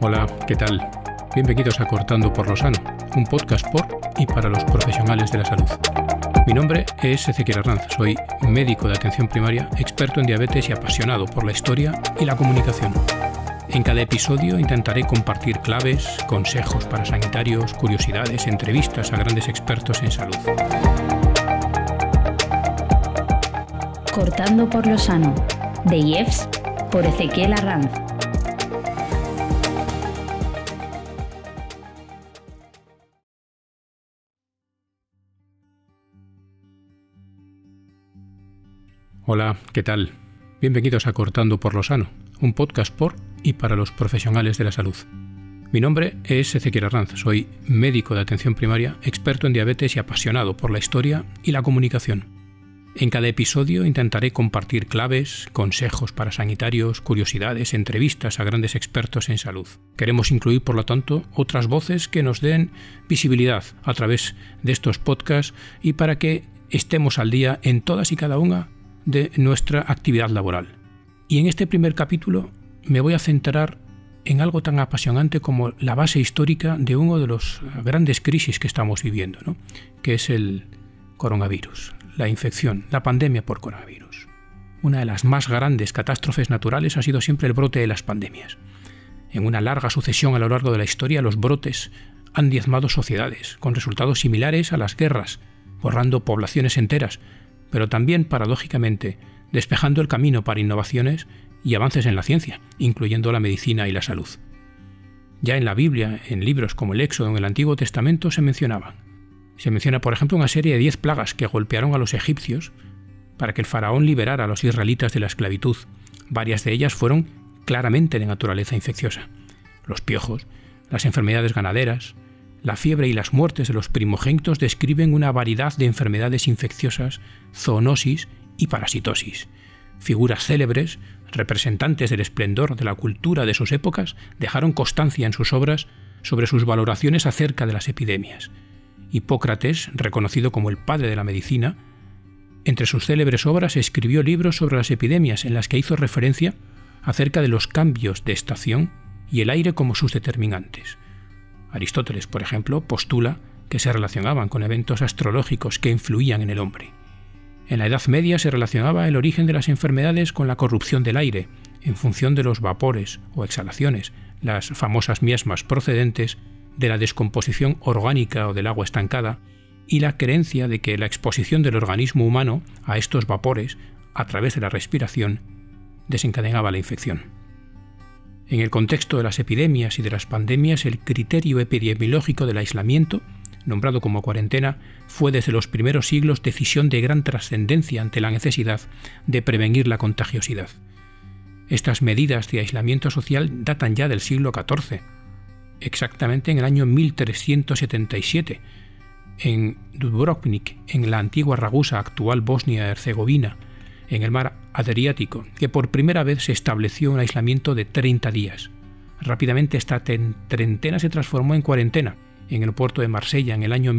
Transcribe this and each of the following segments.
Hola, ¿qué tal? Bienvenidos a Cortando por lo Sano, un podcast por y para los profesionales de la salud. Mi nombre es Ezequiel Arranz, soy médico de atención primaria, experto en diabetes y apasionado por la historia y la comunicación. En cada episodio intentaré compartir claves, consejos para sanitarios, curiosidades, entrevistas a grandes expertos en salud. Cortando por lo Sano, de IEFS por Ezequiel Arranz. Hola, ¿qué tal? Bienvenidos a Cortando por lo Sano, un podcast por y para los profesionales de la salud. Mi nombre es Ezequiel Arranz, soy médico de atención primaria, experto en diabetes y apasionado por la historia y la comunicación. En cada episodio intentaré compartir claves, consejos para sanitarios, curiosidades, entrevistas a grandes expertos en salud. Queremos incluir, por lo tanto, otras voces que nos den visibilidad a través de estos podcasts y para que estemos al día en todas y cada una de nuestra actividad laboral. Y en este primer capítulo me voy a centrar en algo tan apasionante como la base histórica de uno de los grandes crisis que estamos viviendo, ¿no? Que es el coronavirus, la infección, la pandemia por coronavirus. Una de las más grandes catástrofes naturales ha sido siempre el brote de las pandemias. En una larga sucesión a lo largo de la historia, los brotes han diezmado sociedades, con resultados similares a las guerras, borrando poblaciones enteras, pero también, paradójicamente, despejando el camino para innovaciones y avances en la ciencia, incluyendo la medicina y la salud. Ya en la Biblia, en libros como el Éxodo en el Antiguo Testamento, se mencionaban. Se menciona, por ejemplo, una serie de 10 plagas que golpearon a los egipcios para que el faraón liberara a los israelitas de la esclavitud. Varias de ellas fueron claramente de naturaleza infecciosa. Los piojos, las enfermedades ganaderas, la fiebre y las muertes de los primogénitos describen una variedad de enfermedades infecciosas, zoonosis y parasitosis. Figuras célebres, representantes del esplendor de la cultura de sus épocas, dejaron constancia en sus obras sobre sus valoraciones acerca de las epidemias. Hipócrates, reconocido como el padre de la medicina, entre sus célebres obras escribió libros sobre las epidemias en las que hizo referencia acerca de los cambios de estación y el aire como sus determinantes. Aristóteles, por ejemplo, postula que se relacionaban con eventos astrológicos que influían en el hombre. En la Edad Media se relacionaba el origen de las enfermedades con la corrupción del aire, en función de los vapores o exhalaciones, las famosas miasmas procedentes de la descomposición orgánica o del agua estancada, y la creencia de que la exposición del organismo humano a estos vapores, a través de la respiración, desencadenaba la infección. En el contexto de las epidemias y de las pandemias, el criterio epidemiológico del aislamiento, nombrado como cuarentena, fue desde los primeros siglos decisión de gran trascendencia ante la necesidad de prevenir la contagiosidad. Estas medidas de aislamiento social datan ya del siglo XIV, exactamente en el año 1377, en Dubrovnik, en la antigua Ragusa, actual Bosnia-Herzegovina, en el mar Adriático, que por primera vez se estableció un aislamiento de 30 días. Rápidamente esta treintena se transformó en cuarentena en el puerto de Marsella en el año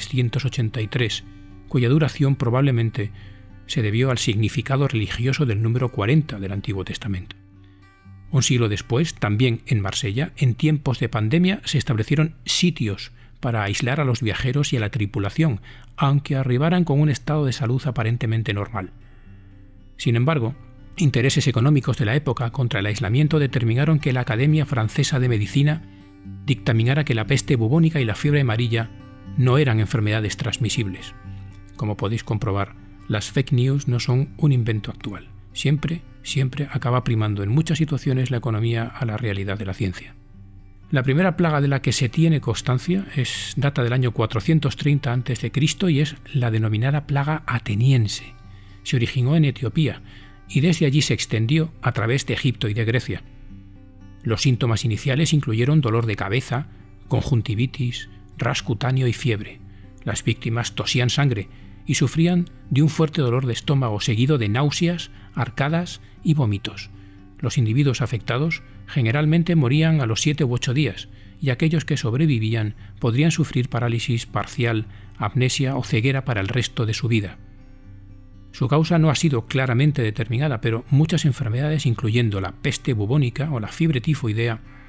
1383, cuya duración probablemente se debió al significado religioso del número 40 del Antiguo Testamento. Un siglo después, también en Marsella, en tiempos de pandemia, se establecieron sitios para aislar a los viajeros y a la tripulación, aunque arribaran con un estado de salud aparentemente normal. Sin embargo, intereses económicos de la época contra el aislamiento determinaron que la Academia Francesa de Medicina dictaminara que la peste bubónica y la fiebre amarilla no eran enfermedades transmisibles. Como podéis comprobar, las fake news no son un invento actual. Siempre acaba primando en muchas situaciones la economía a la realidad de la ciencia. La primera plaga de la que se tiene constancia data del año 430 a.C. y es la denominada plaga ateniense. Se originó en Etiopía y desde allí se extendió a través de Egipto y de Grecia. Los síntomas iniciales incluyeron dolor de cabeza, conjuntivitis, ras cutáneo y fiebre. Las víctimas tosían sangre y sufrían de un fuerte dolor de estómago seguido de náuseas, arcadas y vómitos. Los individuos afectados generalmente morían a los 7 u 8 días y aquellos que sobrevivían podrían sufrir parálisis parcial, amnesia o ceguera para el resto de su vida. Su causa no ha sido claramente determinada, pero muchas enfermedades, incluyendo la peste bubónica o la fiebre tifoidea,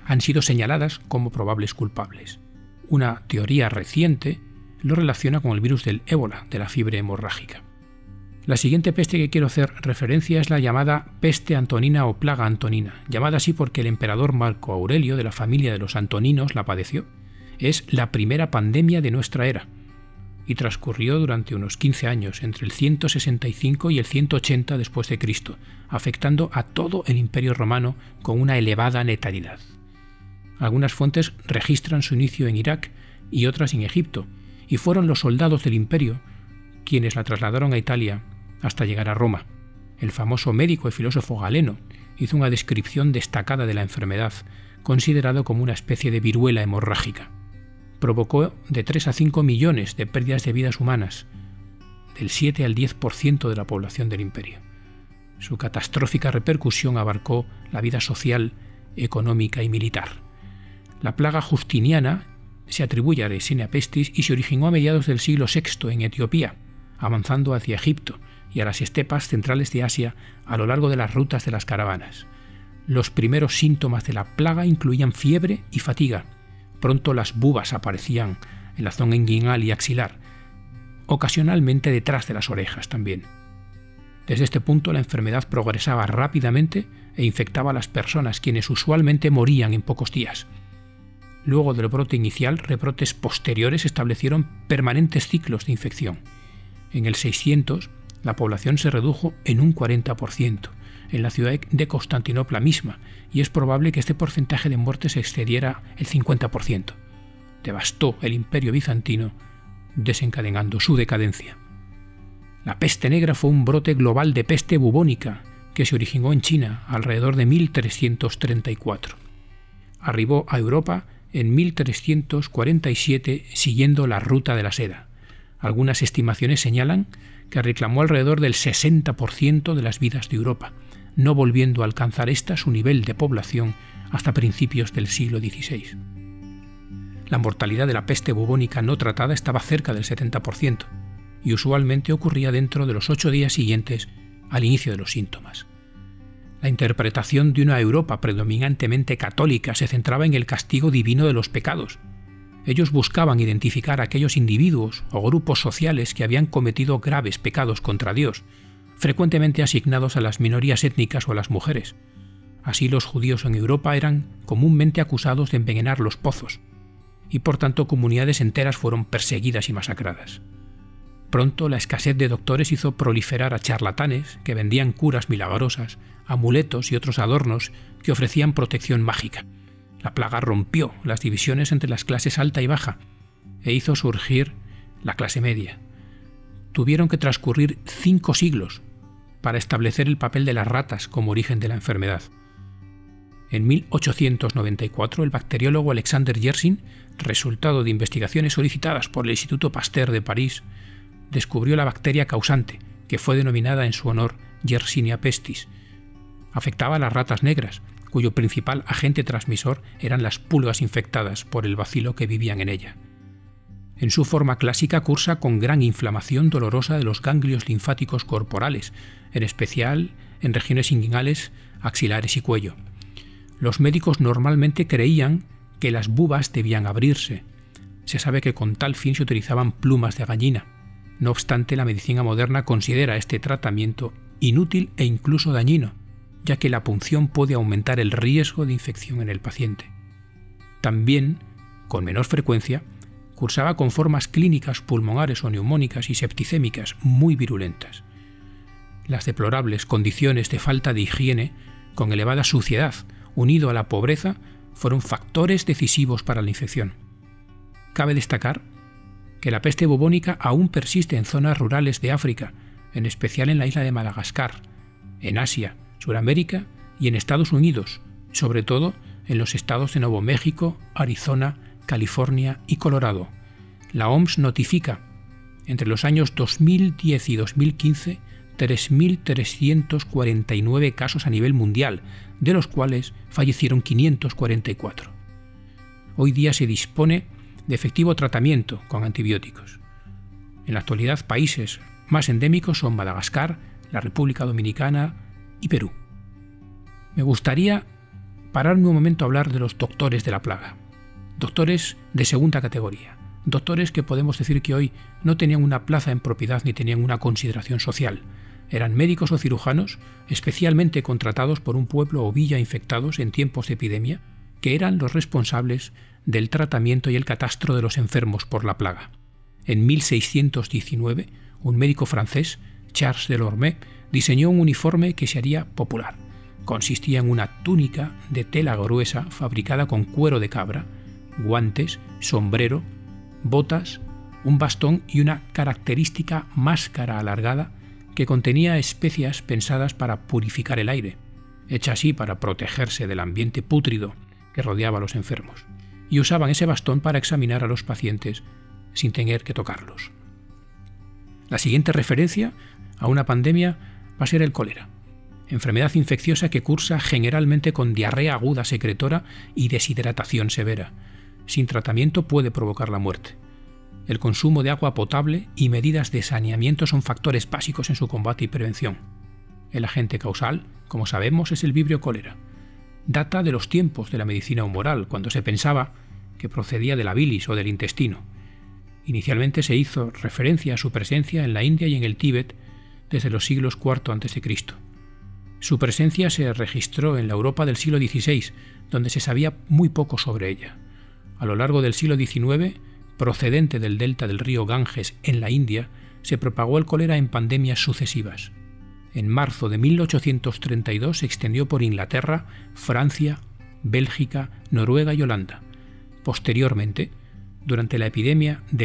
han sido señaladas como probables culpables. Una teoría reciente lo relaciona con el virus del ébola, de la fiebre hemorrágica. La siguiente peste que quiero hacer referencia es la llamada peste antonina o plaga antonina, llamada así porque el emperador Marco Aurelio, de la familia de los antoninos, la padeció. Es la primera pandemia de nuestra era y transcurrió durante unos 15 años, entre el 165 y el 180 después de Cristo, afectando a todo el Imperio Romano con una elevada letalidad. Algunas fuentes registran su inicio en Irak y otras en Egipto, y fueron los soldados del imperio quienes la trasladaron a Italia hasta llegar a Roma. El famoso médico y filósofo Galeno hizo una descripción destacada de la enfermedad, considerado como una especie de viruela hemorrágica. Provocó de 3 a 5 millones de pérdidas de vidas humanas, del 7 al 10% de la población del imperio. Su catastrófica repercusión abarcó la vida social, económica y militar. La plaga justiniana se atribuye a Yersinia pestis y se originó a mediados del siglo VI en Etiopía, avanzando hacia Egipto y a las estepas centrales de Asia a lo largo de las rutas de las caravanas. Los primeros síntomas de la plaga incluían fiebre y fatiga. Pronto las bubas aparecían en la zona inguinal y axilar, ocasionalmente detrás de las orejas también. Desde este punto la enfermedad progresaba rápidamente e infectaba a las personas, quienes usualmente morían en pocos días. Luego del brote inicial, rebrotes posteriores establecieron permanentes ciclos de infección. En el 600, la población se redujo en un 40%, en la ciudad de Constantinopla misma, y es probable que este porcentaje de muertes excediera el 50%. Devastó el Imperio bizantino, desencadenando su decadencia. La peste negra fue un brote global de peste bubónica que se originó en China alrededor de 1334. Arribó a Europa en 1347 siguiendo la ruta de la seda. Algunas estimaciones señalan que reclamó alrededor del 60% de las vidas de Europa, no volviendo a alcanzar esta su nivel de población hasta principios del siglo XVI. La mortalidad de la peste bubónica no tratada estaba cerca del 70% y usualmente ocurría dentro de los 8 días siguientes al inicio de los síntomas. La interpretación de una Europa predominantemente católica se centraba en el castigo divino de los pecados. Ellos buscaban identificar a aquellos individuos o grupos sociales que habían cometido graves pecados contra Dios, frecuentemente asignados a las minorías étnicas o a las mujeres. Así los judíos en Europa eran comúnmente acusados de envenenar los pozos, y por tanto comunidades enteras fueron perseguidas y masacradas. Pronto la escasez de doctores hizo proliferar a charlatanes que vendían curas milagrosas, amuletos y otros adornos que ofrecían protección mágica. La plaga rompió las divisiones entre las clases alta y baja e hizo surgir la clase media. Tuvieron que transcurrir 5 siglos para establecer el papel de las ratas como origen de la enfermedad. En 1894, el bacteriólogo Alexander Yersin, resultado de investigaciones solicitadas por el Instituto Pasteur de París, descubrió la bacteria causante, que fue denominada en su honor Yersinia pestis. Afectaba a las ratas negras, cuyo principal agente transmisor eran las pulgas infectadas por el bacilo que vivían en ella. En su forma clásica cursa con gran inflamación dolorosa de los ganglios linfáticos corporales, en especial en regiones inguinales, axilares y cuello. Los médicos normalmente creían que las bubas debían abrirse. Se sabe que con tal fin se utilizaban plumas de gallina. No obstante, la medicina moderna considera este tratamiento inútil e incluso dañino, ya que la punción puede aumentar el riesgo de infección en el paciente. También, con menor frecuencia, cursaba con formas clínicas pulmonares o neumónicas y septicémicas muy virulentas. Las deplorables condiciones de falta de higiene, con elevada suciedad, unido a la pobreza, fueron factores decisivos para la infección. Cabe destacar que la peste bubónica aún persiste en zonas rurales de África, en especial en la isla de Madagascar, en Asia, Sudamérica y en Estados Unidos, sobre todo en los estados de Nuevo México, Arizona, California y Colorado. La OMS notifica entre los años 2010 y 2015 3.349 casos a nivel mundial, de los cuales fallecieron 544. Hoy día se dispone de efectivo tratamiento con antibióticos. En la actualidad, países más endémicos son Madagascar, la República Dominicana y Perú. Me gustaría pararme un momento a hablar de los doctores de la plaga. Doctores de segunda categoría. Doctores que podemos decir que hoy no tenían una plaza en propiedad ni tenían una consideración social. Eran médicos o cirujanos especialmente contratados por un pueblo o villa infectados en tiempos de epidemia, que eran los responsables del tratamiento y el catastro de los enfermos por la plaga. En 1619, un médico francés, Charles Delorme, diseñó un uniforme que se haría popular. Consistía en una túnica de tela gruesa fabricada con cuero de cabra, guantes, sombrero, botas, un bastón y una característica máscara alargada que contenía especias pensadas para purificar el aire, hecha así para protegerse del ambiente pútrido que rodeaba a los enfermos, y usaban ese bastón para examinar a los pacientes sin tener que tocarlos. La siguiente referencia a una pandemia va a ser el cólera, enfermedad infecciosa que cursa generalmente con diarrea aguda secretora y deshidratación severa. Sin tratamiento puede provocar la muerte. El consumo de agua potable y medidas de saneamiento son factores básicos en su combate y prevención. El agente causal, como sabemos, es el vibrio cólera. Data de los tiempos de la medicina humoral, cuando se pensaba que procedía de la bilis o del intestino. Inicialmente se hizo referencia a su presencia en la India y en el Tíbet desde los siglos IV a.C. Su presencia se registró en la Europa del siglo XVI, donde se sabía muy poco sobre ella. A lo largo del siglo XIX, procedente del delta del río Ganges en la India, se propagó el cólera en pandemias sucesivas. En marzo de 1832 se extendió por Inglaterra, Francia, Bélgica, Noruega y Holanda. Posteriormente, durante la epidemia de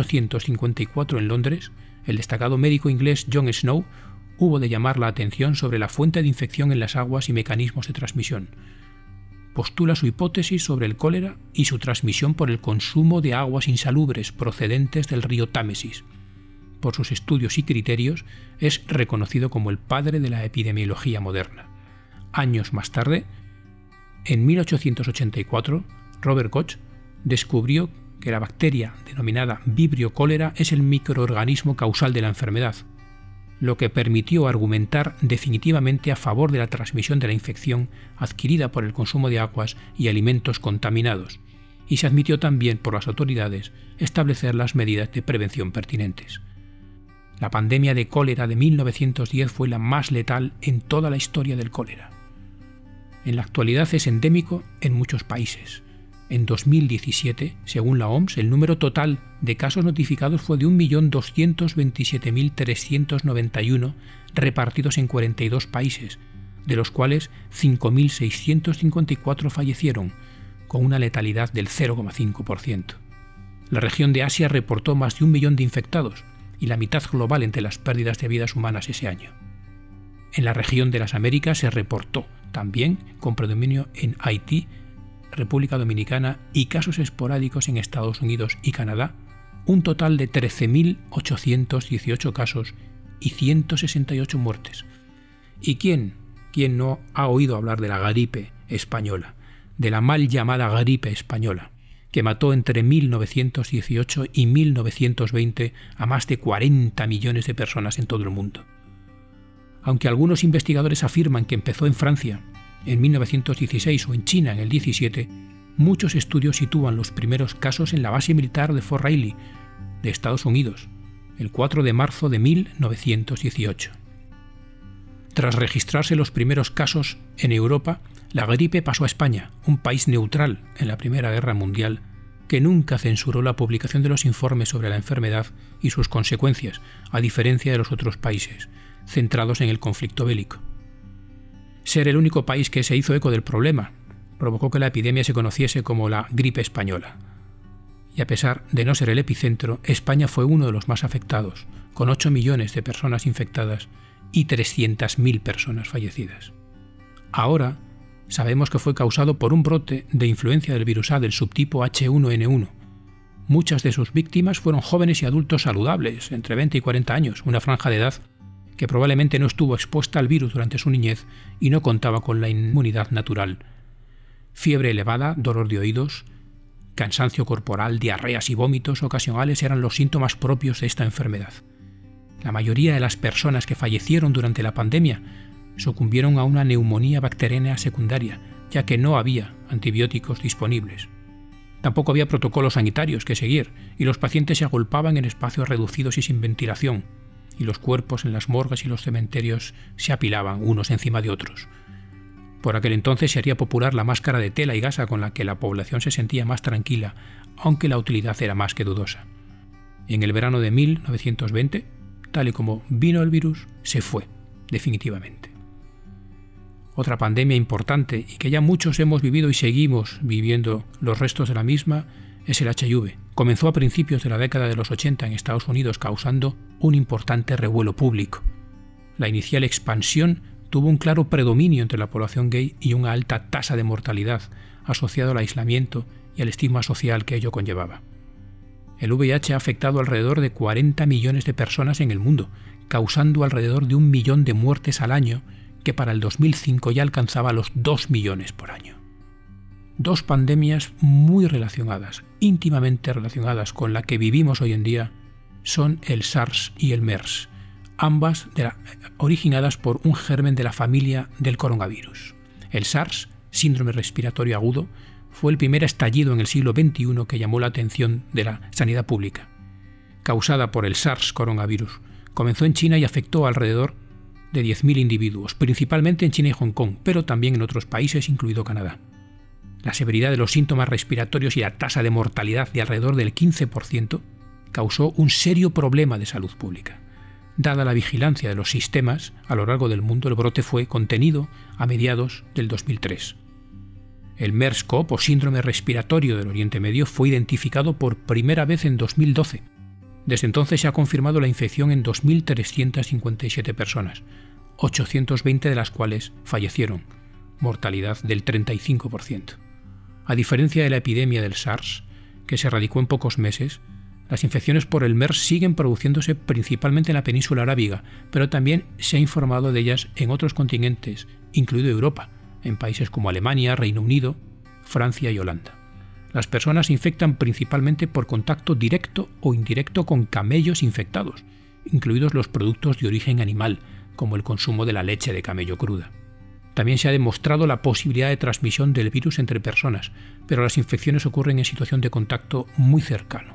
1854 en Londres, el destacado médico inglés John Snow hubo de llamar la atención sobre la fuente de infección en las aguas y mecanismos de transmisión. Postula su hipótesis sobre el cólera y su transmisión por el consumo de aguas insalubres procedentes del río Támesis. Por sus estudios y criterios, es reconocido como el padre de la epidemiología moderna. Años más tarde, en 1884, Robert Koch descubrió que la bacteria denominada Vibrio cólera es el microorganismo causal de la enfermedad, lo que permitió argumentar definitivamente a favor de la transmisión de la infección adquirida por el consumo de aguas y alimentos contaminados, y se admitió también por las autoridades establecer las medidas de prevención pertinentes. La pandemia de cólera de 1910 fue la más letal en toda la historia del cólera. En la actualidad es endémico en muchos países. En 2017, según la OMS, el número total de casos notificados fue de 1.227.391 repartidos en 42 países, de los cuales 5.654 fallecieron, con una letalidad del 0,5%. La región de Asia reportó más de 1 millón de infectados y la mitad global entre las pérdidas de vidas humanas ese año. En la región de las Américas se reportó también con predominio en Haití, República Dominicana y casos esporádicos en Estados Unidos y Canadá, un total de 13.818 casos y 168 muertes. ¿Y quién no ha oído hablar de la gripe española, de la mal llamada gripe española, que mató entre 1918 y 1920 a más de 40 millones de personas en todo el mundo? Aunque algunos investigadores afirman que empezó en Francia en 1916 o en China en el 17, muchos estudios sitúan los primeros casos en la base militar de Fort Riley, de Estados Unidos, el 4 de marzo de 1918. Tras registrarse los primeros casos en Europa, la gripe pasó a España, un país neutral en la Primera Guerra Mundial, que nunca censuró la publicación de los informes sobre la enfermedad y sus consecuencias, a diferencia de los otros países, centrados en el conflicto bélico. Ser el único país que se hizo eco del problema provocó que la epidemia se conociese como la gripe española. Y a pesar de no ser el epicentro, España fue uno de los más afectados, con 8 millones de personas infectadas y 300.000 personas fallecidas. Ahora sabemos que fue causado por un brote de influencia del virus A del subtipo H1N1. Muchas de sus víctimas fueron jóvenes y adultos saludables, entre 20 y 40 años, una franja de edad que probablemente no estuvo expuesta al virus durante su niñez y no contaba con la inmunidad natural. Fiebre elevada, dolor de oídos, cansancio corporal, diarreas y vómitos ocasionales eran los síntomas propios de esta enfermedad. La mayoría de las personas que fallecieron durante la pandemia sucumbieron a una neumonía bacteriana secundaria, ya que no había antibióticos disponibles. Tampoco había protocolos sanitarios que seguir, y los pacientes se agolpaban en espacios reducidos y sin ventilación, y los cuerpos en las morgues y los cementerios se apilaban unos encima de otros. Por aquel entonces se haría popular la máscara de tela y gasa con la que la población se sentía más tranquila, aunque la utilidad era más que dudosa. En el verano de 1920, tal y como vino el virus, se fue, definitivamente. Otra pandemia importante y que ya muchos hemos vivido y seguimos viviendo los restos de la misma es el HIV. Comenzó a principios de la década de los 80 en Estados Unidos, causando un importante revuelo público. La inicial expansión tuvo un claro predominio entre la población gay y una alta tasa de mortalidad asociado al aislamiento y al estigma social que ello conllevaba. El VIH ha afectado alrededor de 40 millones de personas en el mundo, causando alrededor de 1 millón de muertes al año, que para el 2005 ya alcanzaba los 2 millones por año. Dos pandemias muy relacionadas, íntimamente relacionadas con la que vivimos hoy en día, son el SARS y el MERS, ambas originadas por un germen de la familia del coronavirus. El SARS, síndrome respiratorio agudo, fue el primer estallido en el siglo XXI que llamó la atención de la sanidad pública. Causada por el SARS coronavirus, comenzó en China y afectó alrededor de 10.000 individuos, principalmente en China y Hong Kong, pero también en otros países, incluido Canadá. La severidad de los síntomas respiratorios y la tasa de mortalidad de alrededor del 15% causó un serio problema de salud pública. Dada la vigilancia de los sistemas a lo largo del mundo, el brote fue contenido a mediados del 2003. El MERS-CoV, o síndrome respiratorio del Oriente Medio, fue identificado por primera vez en 2012. Desde entonces se ha confirmado la infección en 2.357 personas, 820 de las cuales fallecieron, mortalidad del 35%. A diferencia de la epidemia del SARS, que se erradicó en pocos meses, las infecciones por el MERS siguen produciéndose principalmente en la península arábiga, pero también se ha informado de ellas en otros continentes, incluido Europa, en países como Alemania, Reino Unido, Francia y Holanda. Las personas se infectan principalmente por contacto directo o indirecto con camellos infectados, incluidos los productos de origen animal, como el consumo de la leche de camello cruda. También se ha demostrado la posibilidad de transmisión del virus entre personas, pero las infecciones ocurren en situación de contacto muy cercano.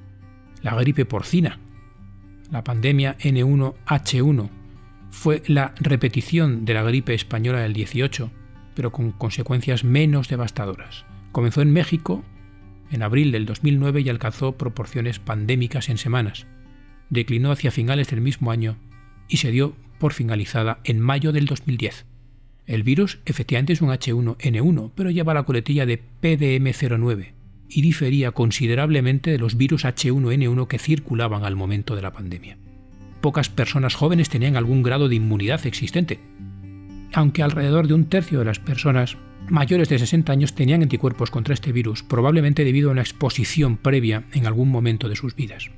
La gripe porcina, la pandemia N1H1, fue la repetición de la gripe española del 18, pero con consecuencias menos devastadoras. Comenzó en México en abril del 2009 y alcanzó proporciones pandémicas en semanas. Declinó hacia finales del mismo año y se dio por finalizada en mayo del 2010. El virus efectivamente es un H1N1, pero lleva la coletilla de PDM09 y difería considerablemente de los virus H1N1 que circulaban al momento de la pandemia. Pocas personas jóvenes tenían algún grado de inmunidad existente, aunque alrededor de 1/3 de las personas mayores de 60 años tenían anticuerpos contra este virus, probablemente debido a una exposición previa en algún momento de sus vidas.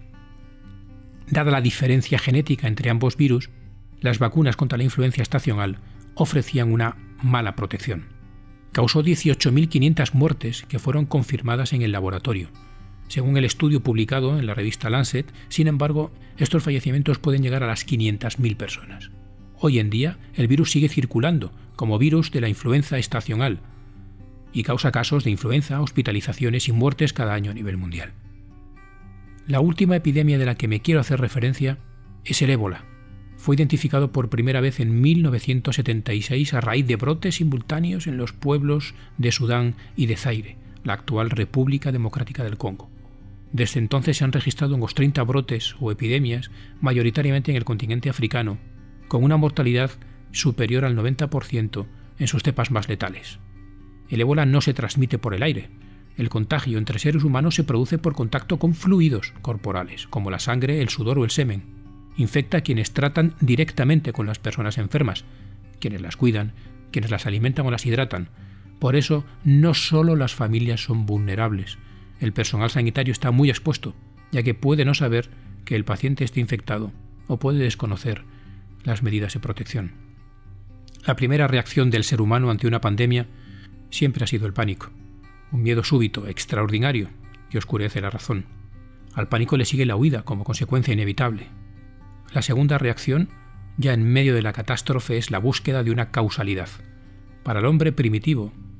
Dada la diferencia genética entre ambos virus, las vacunas contra la influenza estacional ofrecían una mala protección. Causó 18.500 muertes que fueron confirmadas en el laboratorio. Según el estudio publicado en la revista Lancet, sin embargo, estos fallecimientos pueden llegar a las 500.000 personas. Hoy en día, el virus sigue circulando como virus de la influenza estacional y causa casos de influenza, hospitalizaciones y muertes cada año a nivel mundial. La última epidemia de la que me quiero hacer referencia es el ébola. Fue identificado por primera vez en 1976 a raíz de brotes simultáneos en los pueblos de Sudán y de Zaire, la actual República Democrática del Congo. Desde entonces se han registrado unos 30 brotes o epidemias, mayoritariamente en el continente africano, con una mortalidad superior al 90% en sus cepas más letales. El ébola no se transmite por el aire. El contagio entre seres humanos se produce por contacto con fluidos corporales, como la sangre, el sudor o el semen. Infecta a quienes tratan directamente con las personas enfermas, quienes las cuidan, quienes las alimentan o las hidratan. Por eso, no solo las familias son vulnerables. El personal sanitario está muy expuesto, ya que puede no saber que el paciente esté infectado o puede desconocer las medidas de protección. La primera reacción del ser humano ante una pandemia siempre ha sido el pánico, un miedo súbito, extraordinario, que oscurece la razón. Al pánico le sigue la huida como consecuencia inevitable. La segunda reacción, ya en medio de la catástrofe, es la búsqueda de una causalidad. Para el hombre primitivo,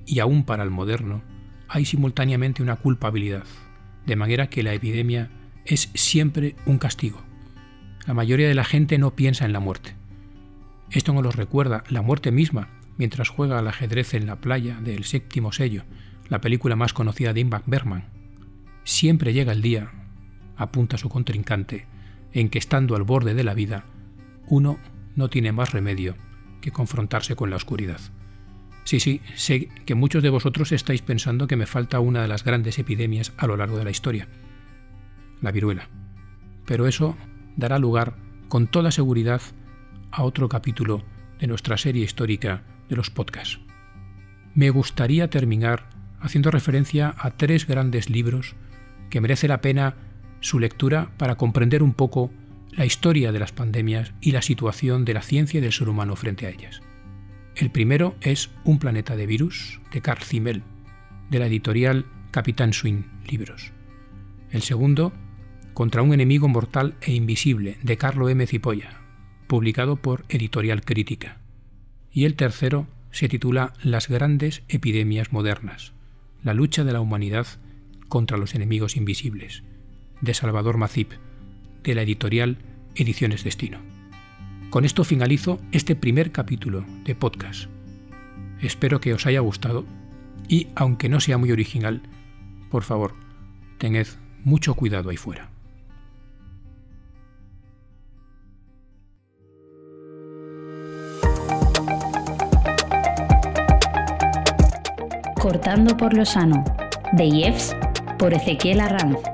y aún para el moderno, hay simultáneamente una culpabilidad, de manera que la epidemia es siempre un castigo. La mayoría de la gente no piensa en la muerte. Esto nos lo recuerda la muerte misma mientras juega al ajedrez en la playa del Séptimo Sello, la película más conocida de Ingmar Bergman. Siempre llega el día, apunta su contrincante, en que estando al borde de la vida, uno no tiene más remedio que confrontarse con la oscuridad. Sí, sé que muchos de vosotros estáis pensando que me falta una de las grandes epidemias a lo largo de la historia, la viruela. Pero eso dará lugar, con toda seguridad, a otro capítulo de nuestra serie histórica de los podcasts. Me gustaría terminar haciendo referencia a 3 grandes libros que merece la pena su lectura para comprender un poco la historia de las pandemias y la situación de la ciencia y del ser humano frente a ellas. El primero es Un planeta de virus, de Carl Simmel, de la editorial Capitán Swing Libros. El segundo, Contra un enemigo mortal e invisible, de Carlo M. Cipolla, publicado por Editorial Crítica. Y el tercero se titula Las grandes epidemias modernas, la lucha de la humanidad contra los enemigos invisibles, de Salvador Macip, de la editorial Ediciones Destino. Con esto finalizo este primer capítulo de podcast. Espero que os haya gustado y, aunque no sea muy original, por favor, tened mucho cuidado ahí fuera. Cortando por lo sano, de IEFS por Ezequiel Arranz.